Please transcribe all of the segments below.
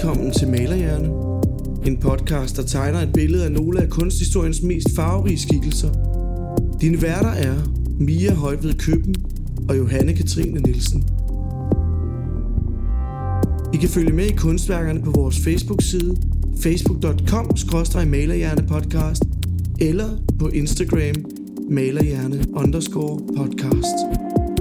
velkommen til Malerhjerne. En podcast, der tegner et billede af nogle af kunsthistoriens mest farverige skikkelser. Dine værter er Mia Højtved Køben og Johanne Katrine Nielsen. I kan følge med i kunstværkerne på vores Facebook-side facebook.com/malerhjernepodcast eller på Instagram malerhjerne_podcast.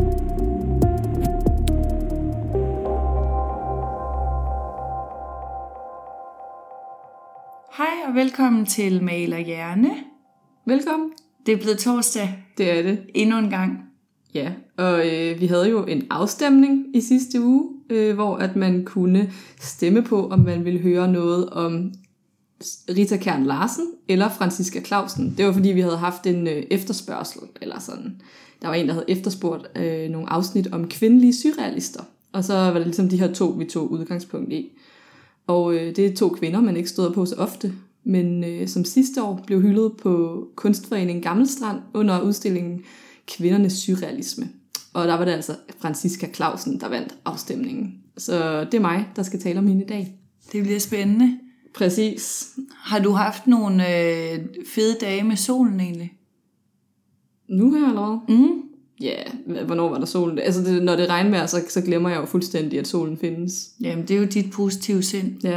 Hej og velkommen til Malerhjerne. Velkommen. Det er blevet torsdag. Det er det. Endnu en gang. Ja, og vi havde jo en afstemning i sidste uge, hvor at man kunne stemme på, om man ville høre noget om Rita Kjær Larsen eller Franciska Clausen. Det var fordi, vi havde haft en efterspørgsel, eller sådan. Der var en, der havde efterspurgt nogle afsnit om kvindelige surrealister. Og så var det ligesom de her to, vi tog udgangspunkt i. Og det er to kvinder, man ikke støder på så ofte, men som sidste år blev hyldet på Kunstforeningen Gammelstrand under udstillingen Kvindernes Surrealisme. Og der var det altså Franciska Clausen, der vandt afstemningen. Så det er mig, der skal tale om hende i dag. Det bliver spændende. Præcis. Har du haft nogle fede dage med solen egentlig? Nu her eller hvad? Mm. Ja, hvornår var der solen? Altså når det regnvejr, så glemmer jeg jo fuldstændig, at solen findes. Jamen, det er jo dit positive sind. Ja.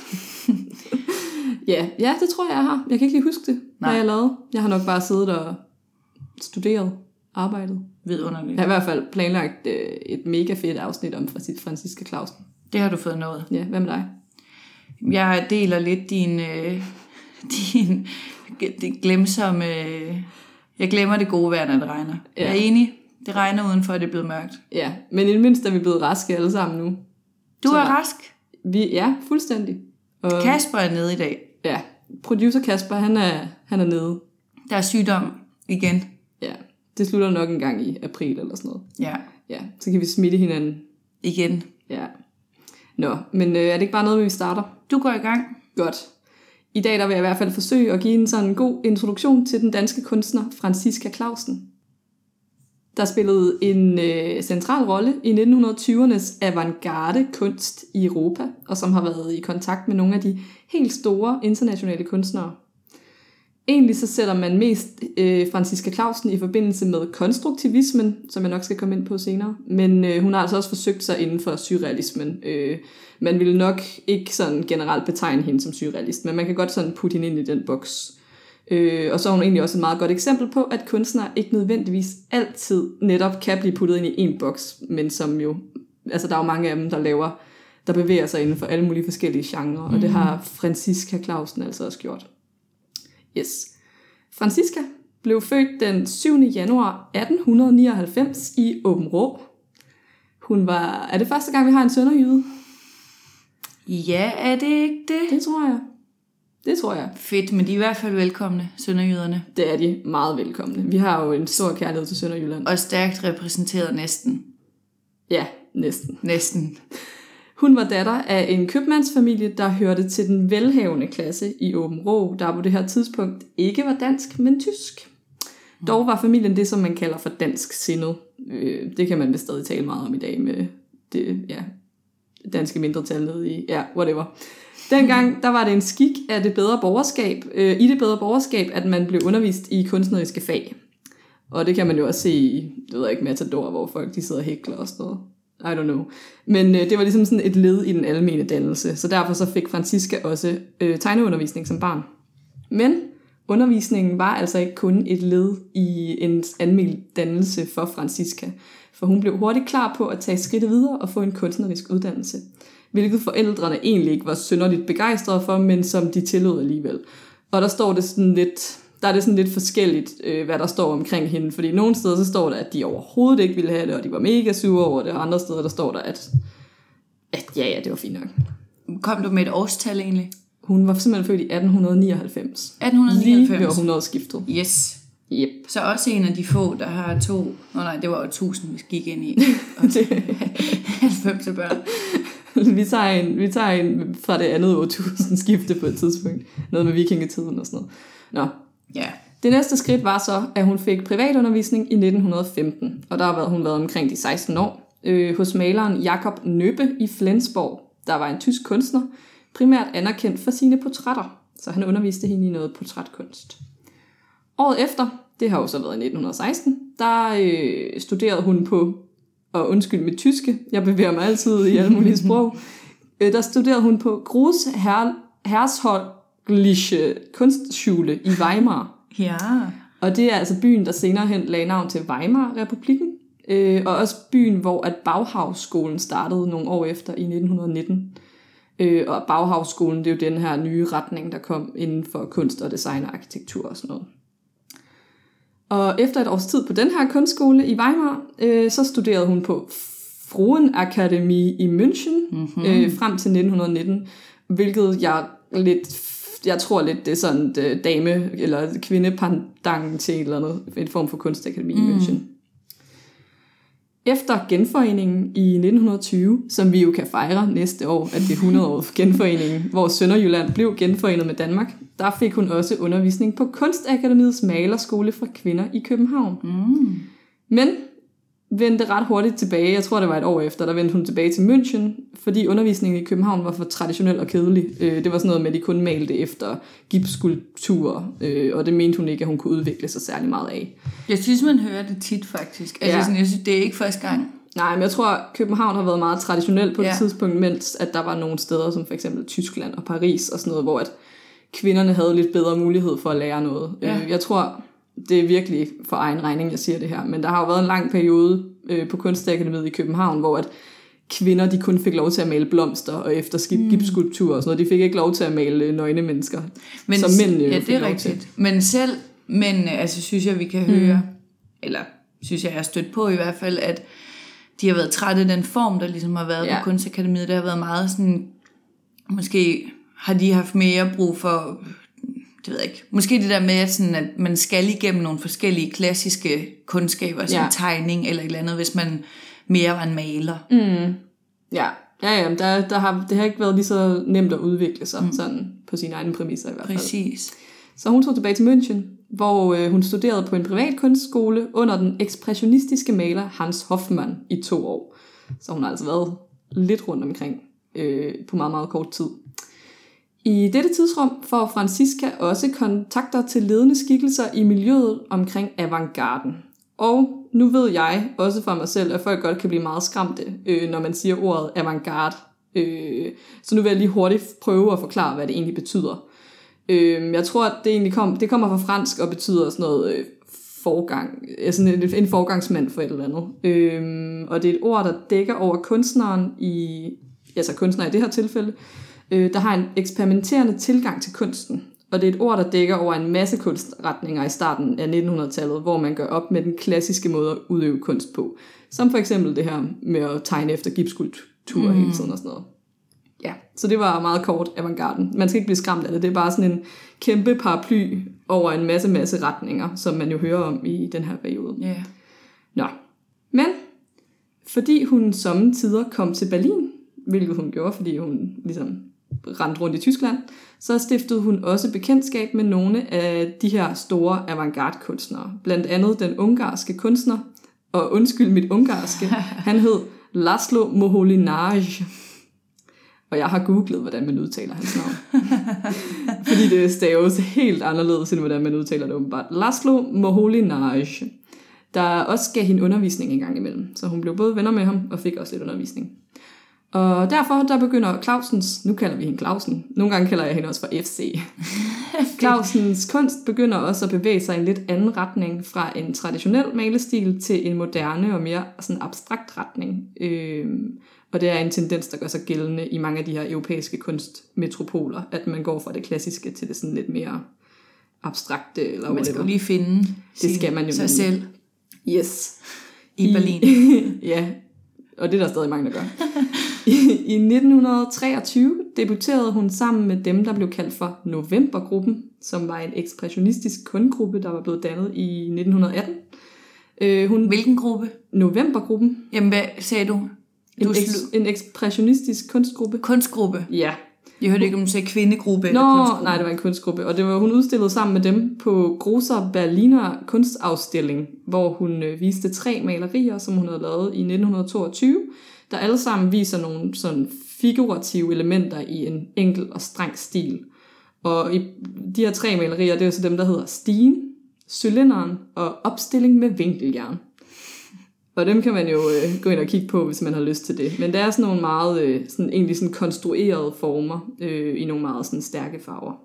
ja, det tror jeg har. Jeg kan ikke lige huske det, hvad jeg lavede. Jeg har nok bare siddet og studeret, arbejdet. Vidunderligt. Jeg har i hvert fald planlagt et mega fedt afsnit om Franciska Clausen. Det har du fået noget. Ja, hvad med dig? Jeg deler lidt din glemsomme... Jeg glemmer det gode vejr, når det regner. Ja. Jeg er enig. Det regner udenfor, det er blevet mørkt. Ja, men i det mindste er vi blevet raske alle sammen nu. Du er rask? Ja, fuldstændig. Og Kasper er nede i dag. Ja, producer Kasper, han er nede. Der er sygdom igen. Ja, det slutter nok en gang i april eller sådan noget. Ja. Ja, så kan vi smitte hinanden. Igen. Ja. Nå, men er det ikke bare noget, vi starter? Du går i gang. Godt. I dag der vil jeg i hvert fald forsøge at give en sådan god introduktion til den danske kunstner Franciska Clausen. Der spillede en central rolle i 1920'ernes avantgarde kunst i Europa, og som har været i kontakt med nogle af de helt store internationale kunstnere. Egentlig så sætter man mest Franciska Clausen i forbindelse med konstruktivismen, som jeg nok skal komme ind på senere. Men hun har altså også forsøgt sig inden for surrealismen. Man vil nok ikke sådan generelt betegne hende som surrealist, men man kan godt sådan putte hende ind i den boks. Og så er hun egentlig også et meget godt eksempel på, at kunstnere ikke nødvendigvis altid netop kan blive puttet ind i en boks, men som jo, altså der er jo mange af dem, der bevæger sig inden for alle mulige forskellige genrer, og det har Franciska Clausen altså også gjort. Yes. Franciska blev født den 7. januar 1899 i Aabenraa. Er det første gang, vi har en sønderjyde? Ja, er det ikke det? Det tror jeg. Fedt, men de er i hvert fald velkomne, sønderjyderne. Det er de meget velkomne. Vi har jo en stor kærlighed til Sønderjylland. Og stærkt repræsenteret næsten. Ja, næsten. Hun var datter af en købmandsfamilie, der hørte til den velhavende klasse i Aabenraa, der på det her tidspunkt ikke var dansk, men tysk. Dog var familien det, som man kalder for dansk sindet. Det kan man vist stadig tale meget om i dag med det danske mindretal nede i, whatever. Dengang, der var det en skik af det bedre borgerskab, i det bedre borgerskab, at man blev undervist i kunstneriske fag. Og det kan man jo også se i, Matador, hvor folk de sidder og hækler og sådan noget. I don't know. Men det var ligesom sådan et led i den almene dannelse, så derfor så fik Franciska også tegneundervisning som barn. Men undervisningen var altså ikke kun et led i en almen dannelse for Franciska, for hun blev hurtigt klar på at tage skridtet videre og få en kunstnerisk uddannelse, hvilket forældrene egentlig ikke var synderligt begejstrede for, men som de tillod alligevel. Og der står det sådan lidt... Der er det sådan lidt forskelligt, hvad der står omkring hende. Fordi nogle steder så står der, at de overhovedet ikke ville have det, og de var mega sure over det. Og andre steder der står der, at ja, det var fint nok. Kom du med et årstal egentlig? Hun var simpelthen født i 1899. 1899? Lige ved århundredeskiftet. Yes. Yep. Så også en af de få, der har to... det var jo 1000, vi gik ind i. 90 børn. Vi tager en fra det andet årtusind skifte på et tidspunkt. Noget med vikingetiden og sådan noget. Nå. Ja. Det næste skridt var så, at hun fik privatundervisning i 1915. Og der har hun været omkring de 16 år. Hos maleren Jakob Nøbbe i Flensborg. Der var en tysk kunstner, primært anerkendt for sine portrætter, så han underviste hende i noget portrætkunst. Året efter, det har jo så været i 1916, der studerede hun på, og undskyld mit tyske, jeg bevæger mig altid i alle mulige sprog, der studerede hun på Großherzogliche Kunstschule i Weimar. Ja. Og det er altså byen, der senere hen lagde navn til Weimar-republikken, og også byen, hvor at Bauhaus-skolen startede nogle år efter i 1919. Og Bauhaus-skolen, det er jo den her nye retning, der kom inden for kunst og design og arkitektur og sådan noget. Og efter et års tid på den her kunstskole i Weimar, så studerede hun på Frauenakademie i München frem til 1919, hvilket jeg tror lidt, det er sådan dame- eller kvindepandang til et eller andet, en form for kunstakademi i München. Efter genforeningen i 1920, som vi jo kan fejre næste år, at det er 100 år for genforeningen, hvor Sønderjylland blev genforenet med Danmark, der fik hun også undervisning på Kunstakademiets malerskole for kvinder i København. Men vendte ret hurtigt tilbage, jeg tror det var et år efter, der vendte hun tilbage til München, fordi undervisningen i København var for traditionel og kedelig. Det var sådan noget med, at de kun malte efter gipsskulpturer, og det mente hun ikke, at hun kunne udvikle sig særlig meget af. Jeg synes, man hører det tit faktisk. Altså, sådan, jeg synes, det er ikke første gang. Nej, men jeg tror, at København har været meget traditionel på det tidspunkt, mens at der var nogle steder, som for eksempel Tyskland og Paris og sådan noget, hvor at kvinderne havde lidt bedre mulighed for at lære noget. Jeg tror, det er virkelig for egen regning, jeg siger det her, men der har jo været en lang periode på Kunstakademiet i København, hvor at kvinder, de kun fik lov til at male blomster og efter gipsskulpturer og sådan noget. De fik ikke lov til at male nøgne mennesker, men, som mændene det fik er lov rigtigt. til. Men selv mændene, altså synes jeg, vi kan høre, eller synes jeg er stødt på i hvert fald, at de har været trætte af den form, der ligesom har været på Kunstakademiet. Det har været meget sådan, måske har de haft mere brug for, det ved jeg ikke, måske det der med, sådan, at man skal igennem nogle forskellige klassiske kundskaber, som tegning eller et eller andet, hvis man mere var en maler. Ja, det har ikke været lige så nemt at udvikle sig sådan på sine egne præmisser i hvert fald. Præcis. Så hun tog tilbage til München, hvor hun studerede på en privat kunstskole under den ekspressionistiske maler Hans Hofmann i 2 år. Så hun har altså været lidt rundt omkring på meget, meget kort tid. I dette tidsrum får Franziska også kontakter til ledende skikkelser i miljøet omkring avantgarden. Og nu ved jeg også fra mig selv, at folk godt kan blive meget skræmte, når man siger ordet avantgarde. Så nu vil jeg lige hurtigt prøve at forklare, hvad det egentlig betyder. Jeg tror, at det kommer fra fransk og betyder sådan noget en forgangsmand for et eller andet. Og det er et ord, der dækker over kunstneren kunstner i det her tilfælde, der har en eksperimenterende tilgang til kunsten. Og det er et ord, der dækker over en masse kunstretninger i starten af 1900-tallet, hvor man gør op med den klassiske måde at udøve kunst på. Som for eksempel det her med at tegne efter gipsskulpturer hele tiden og sådan noget. Ja, så det var meget kort avantgarden. Man skal ikke blive skræmt af det. Det er bare sådan en kæmpe paraply over en masse retninger, som man jo hører om i den her periode. Yeah. Nå, men fordi hun sommetider kom til Berlin, hvilket hun gjorde, fordi hun ligesom rendte rundt i Tyskland, så stiftede hun også bekendtskab med nogle af de her store avantgarde-kunstnere. Blandt andet den ungarske kunstner, og undskyld mit ungarske, han hed Laszlo Moholy-Nagy. Og jeg har googlet, hvordan man udtaler hans navn. Fordi det staves helt anderledes, end hvordan man udtaler det åbenbart. Laszlo Moholy-Nagy, der også gav hende undervisning en gang imellem. Så hun blev både venner med ham, og fik også lidt undervisning. Og derfor, der begynder Clausens, nu kalder vi hende Clausen, nogle gange kalder jeg hende også for FC. Clausens kunst begynder også at bevæge sig i en lidt anden retning, fra en traditionel malestil til en moderne og mere sådan abstrakt retning. Og det er en tendens, der gør sig gældende i mange af de her europæiske kunstmetropoler, at man går fra det klassiske til det sådan lidt mere abstrakte. Eller man skal jo lige finde sig selv. Yes. I Berlin. Ja, og det er der stadig mange, der gør. I 1923 debuterede hun sammen med dem, der blev kaldt for Novembergruppen, som var en ekspressionistisk kunstgruppe, der var blevet dannet i 1918. Hvilken gruppe? Novembergruppen. Jamen, hvad sagde du? En ekspressionistisk kunstgruppe. Kunstgruppe? Ja. Jeg hørte ikke, om du sagde kvindegruppe eller kunstgruppe. Nej, det var en kunstgruppe. Og hun udstillede sammen med dem på Großer Berliner Kunstausstellung, hvor hun viste 3 malerier, som hun havde lavet i 1922, der alle sammen viser nogle sådan figurative elementer i en enkel og streng stil. Og i de her 3 malerier, det er jo så dem, der hedder Stigen, Cylinderen og Opstilling med vinkeljern. Og dem kan man jo gå ind og kigge på, hvis man har lyst til det. Men det er sådan nogle meget egentlig sådan konstruerede former i nogle meget sådan stærke farver.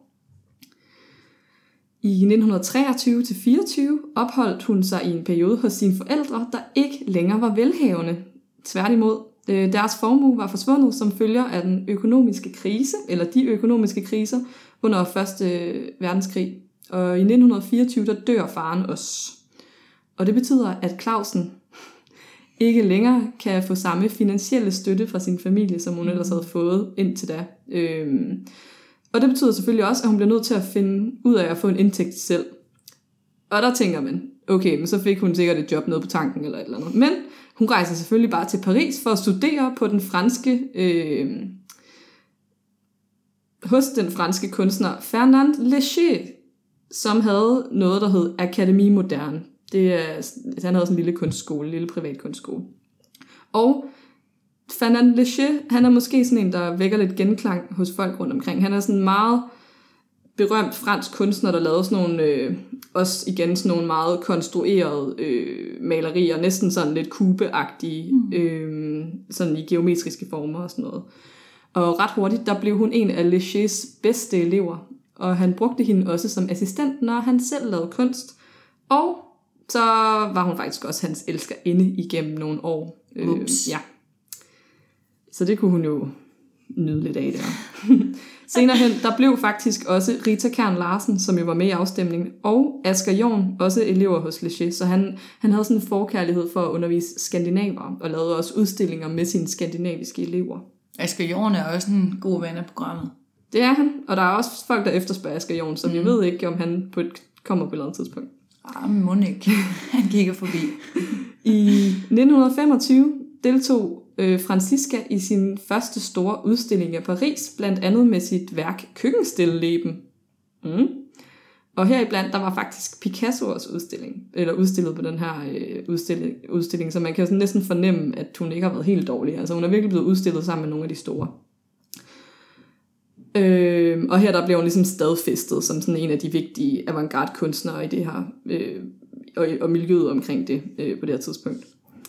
I 1923-24 opholdt hun sig i en periode hos sine forældre, der ikke længere var velhavende. Tværtimod, deres formue var forsvundet som følger af den økonomiske krise, eller de økonomiske kriser under 1. verdenskrig. Og i 1924, der dør faren også. Og det betyder, at Clausen ikke længere kan få samme finansielle støtte fra sin familie, som hun ellers havde fået indtil da. Og det betyder selvfølgelig også, at hun bliver nødt til at finde ud af at få en indtægt selv. Og der tænker man, okay, men så fik hun sikkert et job nede på tanken eller et eller andet. Men hun rejser selvfølgelig bare til Paris for at studere på den franske, hos den franske kunstner Fernand Léger, som havde noget, der hed Académie Moderne. Han havde sådan en lille kunstskole, en lille privat kunstskole. Og Fernand Léger, han er måske sådan en, der vækker lidt genklang hos folk rundt omkring. Han er sådan en meget berømt fransk kunstner, der lavede sådan nogle, også igen sådan nogle meget konstruerede malerier, næsten sådan lidt kubeagtige, sådan i geometriske former og sådan noget. Og ret hurtigt, der blev hun en af Légers bedste elever, og han brugte hende også som assistent, når han selv lavede kunst. Og så var hun faktisk også hans elskerinde igennem nogle år. Ja. Så det kunne hun jo nyde lidt af der. Senere hen, der blev faktisk også Rita Kern Larsen, som jo var med i afstemningen, og Asger Jorn, også elever hos Léger. Så han havde sådan en forkærlighed for at undervise skandinaver, og lavede også udstillinger med sine skandinaviske elever. Asger Jorn er også en god ven af programmet. Det er han, og der er også folk, der efterspørger Asger Jorn, så vi ved ikke, om han kommer på et eller andet tidspunkt. Men må ikke. Han kigger forbi. I 1925 deltog Franziska i sin første store udstilling i Paris, blandt andet med sit værk Køkkenstilleben. Og heriblandt, der var faktisk Picassos udstilling, eller udstillet på den her udstilling, så man kan sådan næsten fornemme, at hun ikke har været helt dårlig. Altså hun er virkelig blevet udstillet sammen med nogle af de store. Og her der blev hun ligesom stadfæstet som sådan en af de vigtige avantgarde-kunstnere i det her, og miljøet omkring det på det her tidspunkt.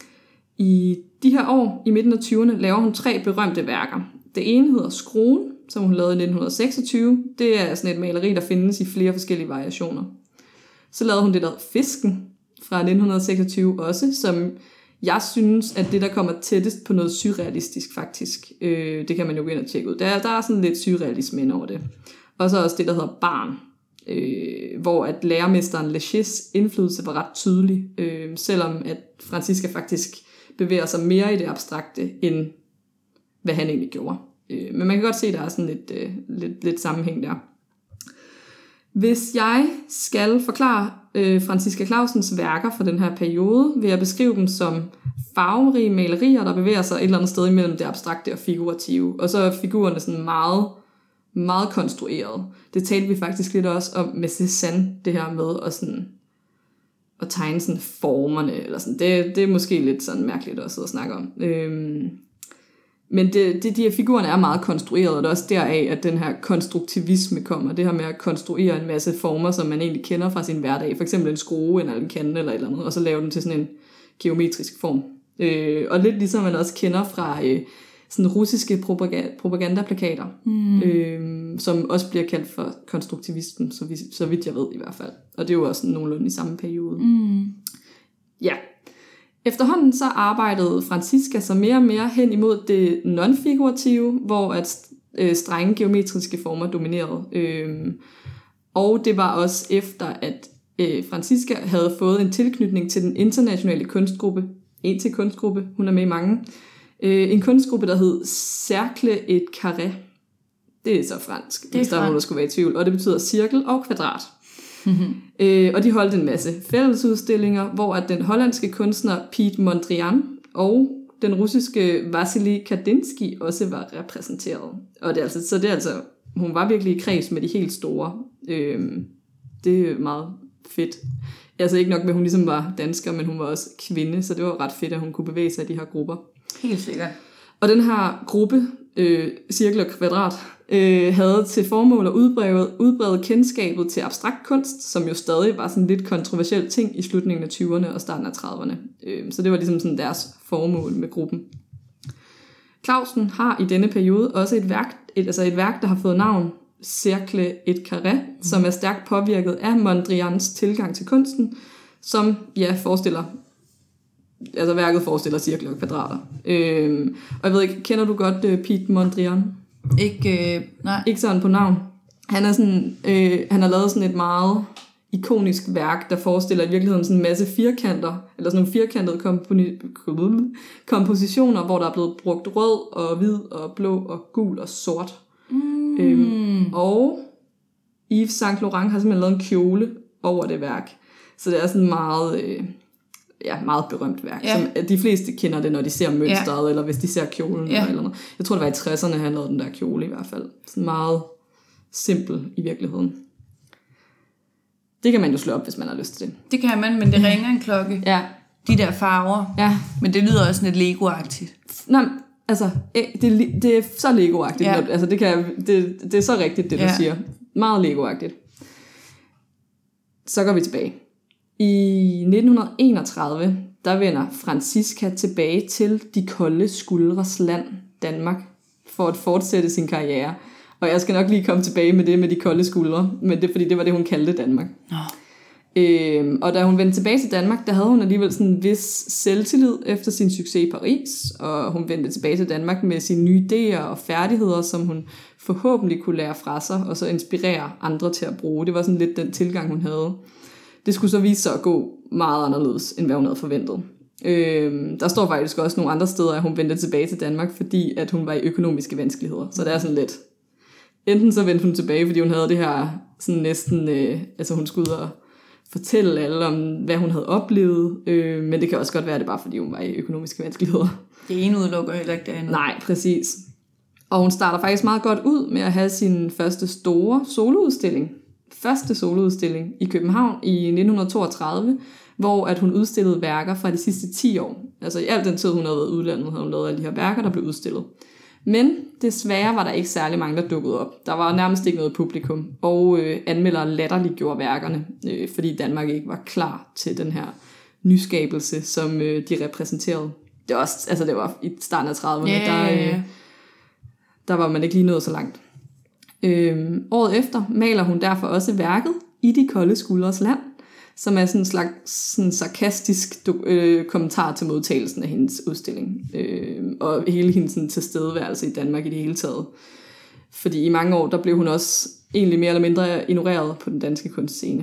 I de her år, i midten af 20'erne, laver hun 3 berømte værker. Det ene hedder Skruen, som hun lavede i 1926. Det er sådan et maleri, der findes i flere forskellige variationer. Så lavede hun det, der hedder Fisken fra 1926 også, som jeg synes, at det, der kommer tættest på noget surrealistisk faktisk. Det kan man jo gå ind og tjekke ud. Der er sådan lidt surrealisme ind over det. Og så også det, der hedder Barn, hvor at lærermesteren Légers indflydelse var ret tydelig, selvom at Franziska faktisk bevæger sig mere i det abstrakte, end hvad han egentlig gjorde. Men man kan godt se, at der er sådan lidt sammenhæng der. Hvis jeg skal forklare Franciska Clausens værker for den her periode, vil jeg beskrive dem som farverige malerier, der bevæger sig et eller andet sted imellem det abstrakte og figurative. Og så er figurerne sådan meget, meget konstrueret. Det talte vi faktisk lidt også om med Cézanne, det her med at tegne sådan formerne, eller sådan. Det er måske lidt sådan mærkeligt at sidde og snakke om. Men de her figurerne er meget konstrueret, og det er også deraf, at den her konstruktivisme kommer. Det her med at konstruere en masse former, som man egentlig kender fra sin hverdag. For eksempel en skrue, eller en kande, eller et eller andet, og så lave den til sådan en geometrisk form. Og lidt ligesom man også kender fra sådan russiske propagandaplakater, som også bliver kaldt for konstruktivismen, så vidt jeg ved i hvert fald. Og det er jo også nogenlunde i samme periode. Ja. Efterhånden så arbejdede Franziska sig mere og mere hen imod det non-figurative, hvor at strenge geometriske former dominerede. Og det var også efter, at Franziska havde fået en tilknytning til den internationale kunstgruppe, kunstgruppe, hun er med i mange, en kunstgruppe, der hed Cercle et Carré. Det er så fransk, hvis der er nogen, der skulle være i tvivl, og det betyder cirkel og kvadrat. Og de holdt en masse fællesudstillinger, hvor at den hollandske kunstner Piet Mondrian og den russiske Vasily Kandinsky også var repræsenteret. Og det er altså, hun var virkelig i kreds med de helt store. Det er meget fedt. Altså ikke nok med, at hun ligesom var dansker, men hun var også kvinde, så det var ret fedt, at hun kunne bevæge sig i de her grupper. Helt sikkert. Og den her gruppe cirkel og kvadrat, havde til formål at udbrede kendskabet til abstrakt kunst, som jo stadig var sådan en lidt kontroversiel ting i slutningen af 20'erne og starten af 30'erne. Så det var ligesom sådan deres formål med gruppen. Clausen har i denne periode også et værk, der har fået navn Cercle et Carré, som er stærkt påvirket af Mondrians tilgang til kunsten, som værket forestiller cirkler og kvadrater. Og jeg ved ikke, kender du godt Piet Mondrian? Nej. Ikke sådan på navn. Han har lavet sådan et meget ikonisk værk, der forestiller i virkeligheden sådan en masse firkanter, eller sådan nogle firkantede kompositioner, hvor der er blevet brugt rød og hvid og blå og gul og sort. Og Yves Saint Laurent har simpelthen lavet en kjole over det værk. Så det er sådan meget... meget berømt værk. Ja. Som de fleste kender det, når de ser mønstret, eller hvis de ser kjolen, eller noget. Jeg tror, det var i 60'erne, han lavede den der kjole i hvert fald. Sådan meget simpel i virkeligheden. Det kan man jo slå op, hvis man har lyst til det. Det kan man, men det ringer en klokke. Ja. De der farver. Ja. Men det lyder også lidt Lego-agtigt. Nej, altså, det er så Lego-agtigt. Ja. Altså, det er så rigtigt, det du siger. Meget Lego-agtigt. Så går vi tilbage. I 1931, der vender Franziska tilbage til de kolde skuldres land, Danmark, for at fortsætte sin karriere. Og jeg skal nok lige komme tilbage med det med de kolde skuldre, men det er fordi, det var det, hun kaldte Danmark. Og da hun vendte tilbage til Danmark, der havde hun alligevel sådan en vis selvtillid efter sin succes i Paris, og hun vendte tilbage til Danmark med sine nye idéer og færdigheder, som hun forhåbentlig kunne lære fra sig, og så inspirere andre til at bruge. Det var sådan lidt den tilgang, hun havde. Det skulle så vise sig at gå meget anderledes, end hvad hun havde forventet. Der står faktisk også nogle andre steder, at hun vendte tilbage til Danmark, fordi at hun var i økonomiske vanskeligheder. Så det er sådan lidt... Enten så vendte hun tilbage, fordi hun havde det her sådan næsten... hun skulle ud og fortælle alle om, hvad hun havde oplevet. Men det kan også godt være, at det bare fordi hun var i økonomiske vanskeligheder. Det ene udelukker heller ikke det andet. Nej, præcis. Og hun starter faktisk meget godt ud med at have sin første store soloudstilling i København i 1932, hvor at hun udstillede værker fra de sidste 10 år. Altså i al den tid, hun havde været udlandet, havde hun lavet alle de her værker, der blev udstillet. Men desværre var der ikke særlig mange, der dukkede op. Der var nærmest ikke noget publikum, og anmeldere latterliggjorde værkerne, fordi Danmark ikke var klar til den her nyskabelse, som de repræsenterede. Det var, også, det var i starten af 30'erne, der var man ikke lige nået så langt. Året efter maler hun derfor også værket I de kolde skuldres land, som er sådan en slags sarkastisk kommentar til modtagelsen af hendes udstilling, og hele hendes tilstedeværelse i Danmark i det hele taget. Fordi i mange år, der blev hun også egentlig mere eller mindre ignoreret på den danske kunstscene.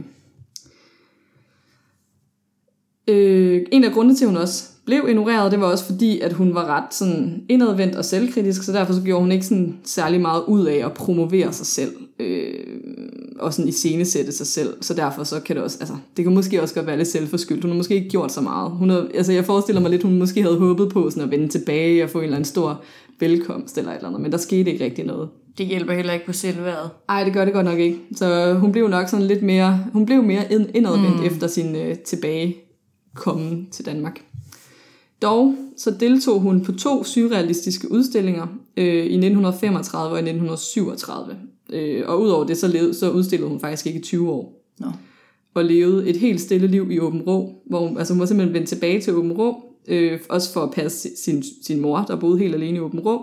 En af grundene til, at hun også blev ignoreret, det var også fordi, at hun var ret sådan indadvendt og selvkritisk, så derfor så gjorde hun ikke sådan særlig meget ud af at promovere sig selv, og sådan iscenesætte sig selv, så derfor så kan det også, det kan måske også godt være lidt selvforskyldt. Hun har måske ikke gjort så meget. Jeg forestiller mig lidt, hun måske havde håbet på sådan at vende tilbage og få en eller anden stor velkomst eller et eller andet, men der skete ikke rigtig noget. Det hjælper heller ikke på selvværdet. Nej, det gør det godt nok ikke. Så hun blev nok sådan lidt mere, indadvendt efter sin tilbagekommen til Danmark. Dog så deltog hun på 2 surrealistiske udstillinger i 1935 og i 1937. Og udover det, så udstillede hun faktisk ikke i 20 år. No. Og levede et helt stille liv i Åben Rå, hvor hun var simpelthen vendt tilbage til Åben Rå, også for at passe sin mor, der boede helt alene i Åben Rå.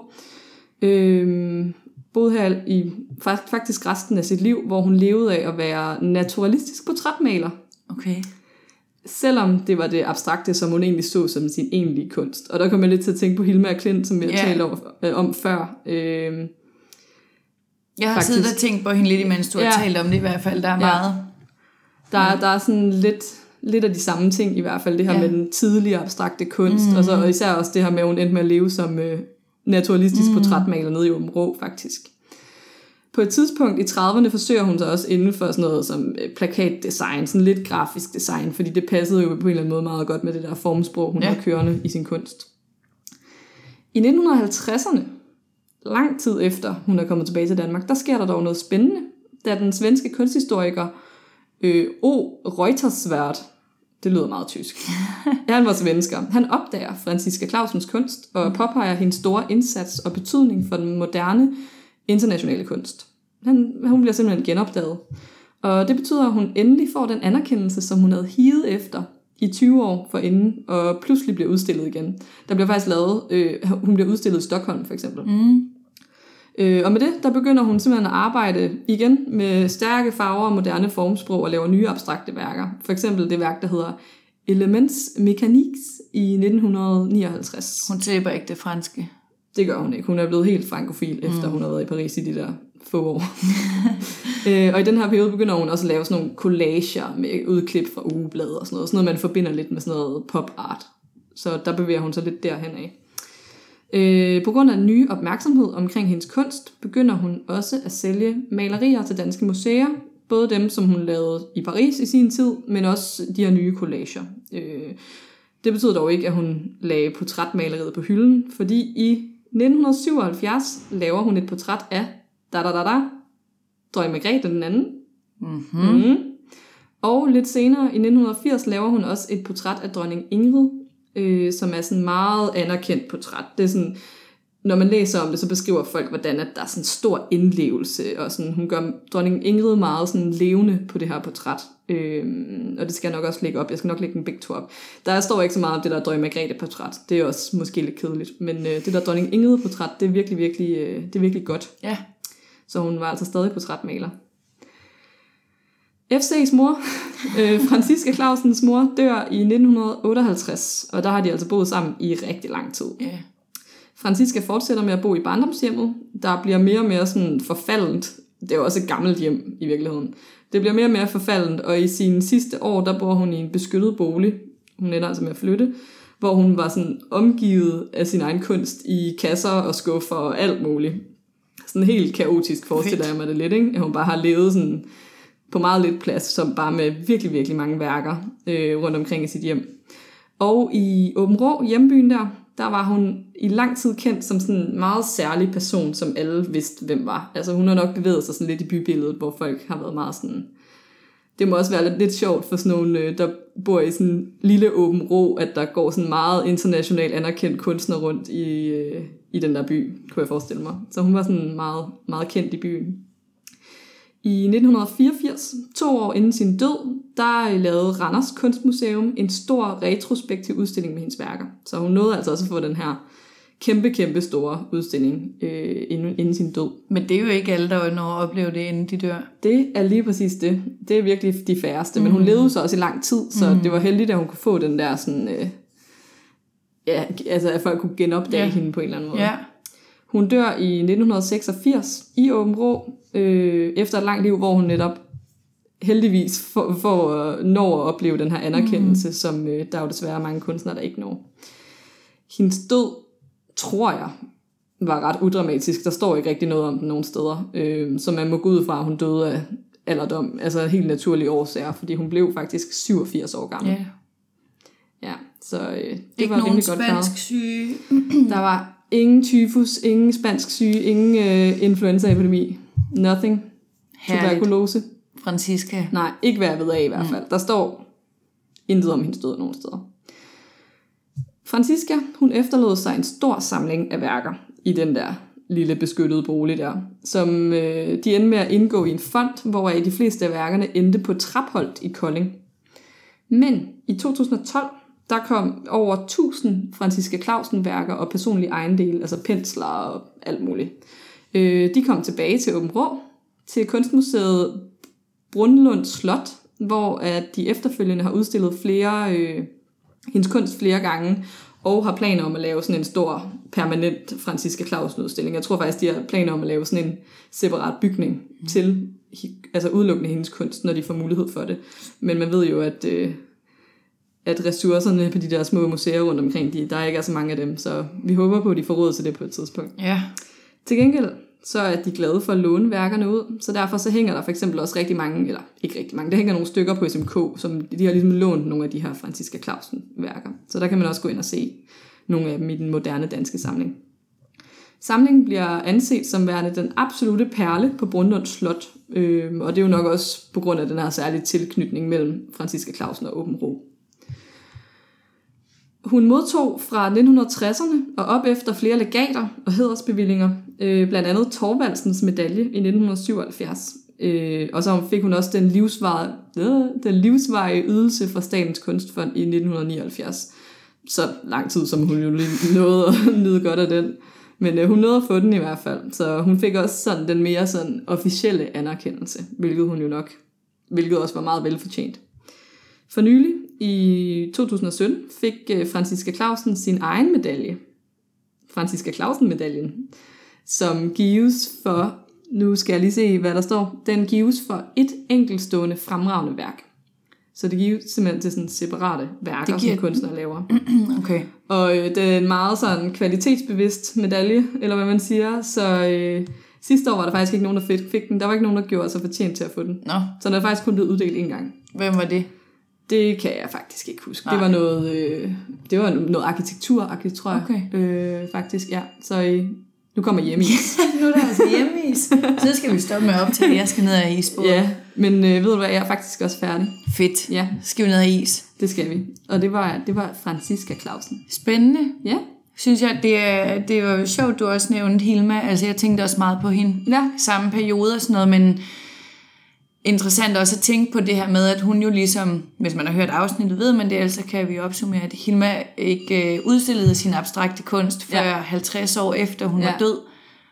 Boede her i faktisk resten af sit liv, hvor hun levede af at være naturalistisk portrætmaler. Okay. Selvom det var det abstrakte, som hun egentlig så som sin egentlige kunst. Og der kom jeg lidt til at tænke på Hilma af Klint, som jeg talte om før. Jeg har siddet og tænkt på hende lidt, imens du har talt om det i hvert fald. Der er meget. Der er sådan lidt af de samme ting i hvert fald. Det her med den tidlige abstrakte kunst. Og især også det her med, at hun endte med at leve som naturalistisk portrætmaler nede i Åben Rå, faktisk. På et tidspunkt i 30'erne forsøger hun sig også inden for sådan noget som plakatdesign, sådan lidt grafisk design, fordi det passede jo på en eller anden måde meget godt med det der formsprog, hun har kørende i sin kunst. I 1950'erne, lang tid efter hun er kommet tilbage til Danmark, der sker der dog noget spændende, da den svenske kunsthistoriker O. Reuterswärd Det lyder meget tysk. Han var svensker. Han opdager Franciska Clausens kunst og påpeger hendes store indsats og betydning for den moderne internationale kunst. Hun bliver simpelthen genopdaget. Og det betyder, at hun endelig får den anerkendelse, som hun havde higet efter i 20 år forinden, og pludselig bliver udstillet igen. Der bliver faktisk lavet, hun bliver udstillet i Stockholm for eksempel. Og med det, der begynder hun simpelthen at arbejde igen med stærke farver og moderne formsprog og laver nye abstrakte værker. For eksempel det værk, der hedder Elements Mécaniques i 1959. Hun taber ikke det franske. Det gør hun ikke. Hun er blevet helt frankofil, efter hun har været i Paris i de der få år. Og i den her periode begynder hun også at lave sådan nogle collager med udklip fra ugeblade og sådan noget. Sådan noget, man forbinder lidt med sådan noget pop-art. Så der bevæger hun sig lidt derhen af. På grund af ny opmærksomhed omkring hendes kunst, begynder hun også at sælge malerier til danske museer. Både dem, som hun lavede i Paris i sin tid, men også de her nye collager. Det betyder dog ikke, at hun lagde portrætmaleriet på hylden, fordi i 1977 laver hun et portræt af Dronning Margrethe den anden. Og lidt senere, i 1980, laver hun også et portræt af dronning Ingrid, som er sådan meget anerkendt portræt. Det er sådan, når man læser om det, så beskriver folk, hvordan at der er sådan stor indlevelse, og sådan, hun gør dronning Ingrid meget sådan levende på det her portræt. Og det skal jeg nok også lægge op. Jeg skal nok lægge en begge to op. Der står ikke så meget om det der dronning Margrethe portræt. Det er også måske lidt kedeligt. Men det der dronning Ingrid portræt, det er virkelig godt. Ja. Så hun var altså stadig portrætmaler. FC's mor, Franciska Clausens mor, dør i 1958, og der har de altså boet sammen i rigtig lang tid. Yeah. Franciska fortsætter med at bo i barndomshjemmet, der bliver mere og mere sådan forfaldent. Det er jo også et gammelt hjem i virkeligheden. Det bliver mere og mere forfaldent, og i sine sidste år, der bor hun i en beskyttet bolig. Hun ender altså med at flytte, hvor hun var sådan omgivet af sin egen kunst i kasser og skuffer og alt muligt. Sådan helt kaotisk forestiller jeg mig det lidt, ikke? At hun bare har levet sådan på meget lidt plads, som bare med virkelig, virkelig mange værker rundt omkring i sit hjem. Og i Aabenraa, hjembyen der var hun i lang tid kendt som sådan en meget særlig person, som alle vidste, hvem var. Altså hun har nok bevæget sig sådan lidt i bybilledet, hvor folk har været meget sådan... Det må også være lidt sjovt for sådan nogle, der bor i sådan en lille Aabenraa, at der går sådan meget internationalt anerkendt kunstner rundt i den der by, kunne jeg forestille mig. Så hun var sådan meget, meget kendt i byen. I 1984, 2 år inden sin død, der lavede Randers Kunstmuseum en stor retrospektiv udstilling med hendes værker. Så hun nåede altså også at få den her kæmpe store udstilling inden sin død. Men det er jo ikke alle, der når at opleve det, inden de dør. Det er lige præcis det. Det er virkelig de færreste. Men hun levede så også i lang tid, så det var heldigt, at hun kunne få den der sådan... altså at folk kunne genopdage hende på en eller anden måde. Ja. Hun dør i 1986 i Aabenraa, efter et langt liv, hvor hun netop heldigvis når at opleve den her anerkendelse, som der jo desværre er mange kunstnere, der ikke når. Hendes død, tror jeg, var ret udramatisk. Der står ikke rigtig noget om den nogen steder. Så man må gå ud fra, at hun døde af alderdom, altså helt naturlige årsager, fordi hun blev faktisk 87 år gammel. Yeah. Ja, så det ikke var rimelig godt klaret. Spansk syge. Der var ingen tyfus, ingen spansk syge, ingen influenzaepidemi. Nothing. Tuberkulose. Franciska. Nej, ikke hvad jeg ved af i hvert fald. Der står intet om hendes død nogen steder. Franciska, hun efterlod sig en stor samling af værker i den der lille beskyttede bolig der, som de endte med at indgå i en fond, hvor de fleste af værkerne endte på Trapholt i Kolding. Men i 2012, der kom over 1000 Franciska Clausen værker og personlige ejendele, altså pensler og alt muligt. De kom tilbage til Aabenraa, til Kunstmuseet Brundlund Slot, hvor de efterfølgende har udstillet hendes kunst flere gange, og har planer om at lave sådan en stor, permanent Franciska Clausen udstilling. Jeg tror faktisk, de har planer om at lave sådan en separat bygning til, altså udelukkende hendes kunst, når de får mulighed for det. Men man ved jo, at ressourcerne på de der små museer rundt omkring, der ikke er så mange af dem, så vi håber på, at de får råd til det på et tidspunkt. Ja. Til gengæld, så er de glade for at låne værkerne ud, så derfor så hænger der for eksempel også rigtig mange, eller ikke rigtig mange, der hænger nogle stykker på SMK, som de har ligesom lånt nogle af de her Franciska Clausen værker. Så der kan man også gå ind og se nogle af dem i den moderne danske samling. Samlingen bliver anset som værende den absolute perle på Brundlund Slot, og det er jo nok også på grund af den her særlige tilknytning mellem Franciska Clausen og Aabenraa. Hun modtog fra 1960'erne og op efter flere legater og hædersbevillinger, blandt andet Thorvaldsens medalje i 1977. Og så fik hun også den livsvarige ydelse fra Statens Kunstfond i 1979. Så lang tid, som hun jo nåede at nyde godt af den. Men hun nåede at få den i hvert fald. Så hun fik også sådan den mere sådan officielle anerkendelse, hvilket også var meget velfortjent. For nylig, i 2017, fik Franciska Clausen sin egen medalje. Franciska Clausen-medaljen, som gives for, nu skal jeg lige se, hvad der står, den gives for et enkeltstående fremragende værk. Så det gives simpelthen til sådan separate værker, som kunstnere laver. Okay. Og det er en meget sådan kvalitetsbevidst medalje, eller hvad man siger. Så sidste år var der faktisk ikke nogen, der fik den. Der var ikke nogen, der gjorde sig fortjent til at få den. Nå. Så den er faktisk kun blevet uddelt en gang. Hvem var det? Det kan jeg faktisk ikke huske. Nej. Det var noget arkitekturagtigt, tror jeg. Okay. Faktisk, ja. Så nu kommer hjemmeis. Nu er der altså hjemmeis. Så skal vi stoppe med op til, jeg skal ned af isbåden. Ja, men ved du hvad, jeg er faktisk også færdig. Fedt. Ja. Skal vi ned af is? Det skal vi. Og det var Franciska Clausen. Spændende. Ja. Synes jeg, det var jo sjovt, du også nævnte Hilma. Altså, jeg tænkte også meget på hende. Ja. Samme periode og sådan noget, men interessant også at tænke på det her med, at hun jo ligesom, hvis man har hørt afsnittet, ved man det, altså kan vi opsummere, at Hilma ikke udstillede sin abstrakte kunst før 50 år efter hun var død.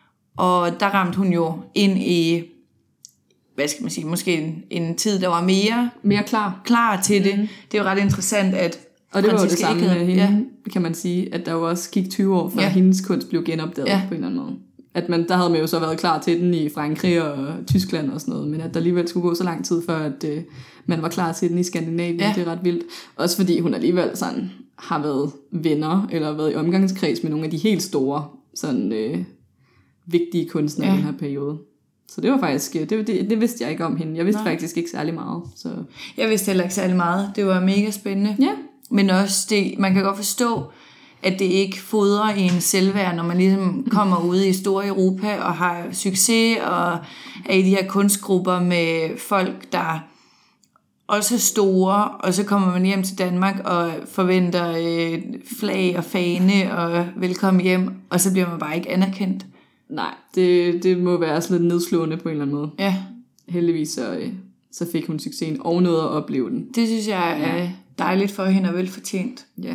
Og der ramte hun jo ind i, hvad skal man sige, måske en tid, der var mere klar til det. Det er jo ret interessant, at og det var jo det samme med hende, kan man sige, at der jo også gik 20 år, før hendes kunst blev genopdaget på en eller anden måde. At der havde man jo så været klar til den i Frankrig og Tyskland og sådan noget, men at der alligevel skulle gå så lang tid, før at man var klar til den i Skandinavien, det er ret vildt. Også fordi hun alligevel sådan har været venner, eller været i omgangskreds med nogle af de helt store, sådan vigtige kunstnere i den her periode. Så det var faktisk, det vidste jeg ikke om hende. Jeg vidste faktisk ikke særlig meget. Så. Jeg vidste heller ikke særlig meget. Det var mega spændende. Ja. Men også, man kan godt forstå, at det ikke fodrer i en selvværd, når man ligesom kommer ud i store Europa og har succes og er i de her kunstgrupper med folk, der også er store, og så kommer man hjem til Danmark og forventer flag og fane og velkommen hjem, og så bliver man bare ikke anerkendt. Nej, det må være sådan lidt nedslående på en eller anden måde. Ja. Heldigvis så fik hun succesen og nåede at opleve den. Det synes jeg er dejligt for hende og velfortjent. Ja.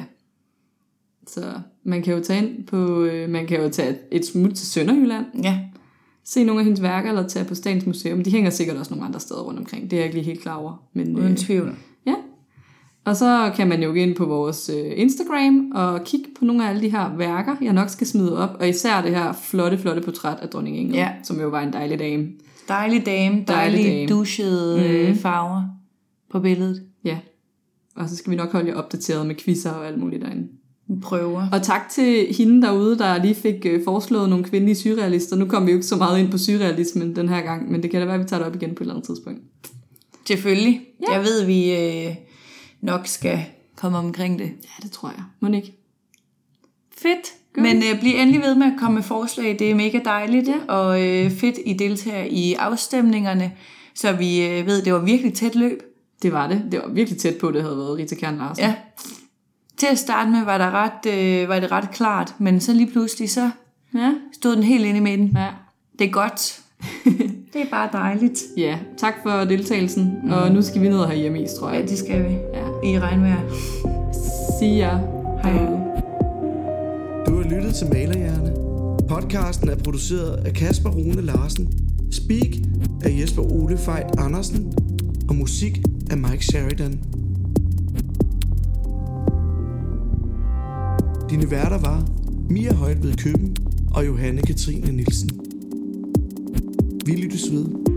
Så man kan jo tage et smut til Sønderjylland. Ja. Se nogle af hendes værker, eller tage på Statens Museum. De hænger sikkert også nogle andre steder rundt omkring. Det er jeg ikke lige helt klar over. Men, uden tvivl. Ja. Og så kan man jo gå ind på vores Instagram og kigge på nogle af alle de her værker, jeg nok skal smide op. Og især det her flotte portræt af dronning Ingrid, som jo var en dejlig dame. Dejlige duschede farver på billedet. Ja. Og så skal vi nok holde jer opdateret med quizzer og alt muligt derinde. Prøver. Og tak til hende derude, der lige fik foreslået nogle kvindelige surrealister. Nu kom vi jo ikke så meget ind på surrealismen den her gang, men det kan da være, at vi tager det op igen på et eller andet tidspunkt. Selvfølgelig. Ja. Jeg ved, vi nok skal komme omkring det. Ja, det tror jeg. Må ikke? Fedt. Men bliv endelig ved med at komme med forslag. Det er mega dejligt. Ja. Og fedt, I deltager i afstemningerne, så vi ved, det var virkelig tæt løb. Det var det. Det var virkelig tæt på, det havde været Rita Kjern Larsen. Ja. Til at starte med var det ret klart, men så lige pludselig så stod den helt inde i midten. Ja. Det er godt. Det er bare dejligt. Ja, tak for deltagelsen. Og nu skal vi ned og have hjemme is, tror jeg. Ja, det skal vi. Ja. I regnvejr. Sig jer. Hej. Du har lyttet til Malerhjerne. Podcasten er produceret af Kasper Rune Larsen. Speak af Jesper Ole Fejt Andersen. Og musik af Mike Sheridan. Dine værter var Mia Højtved Køben og Johanne Katrine Nielsen. Vi lyttes ved.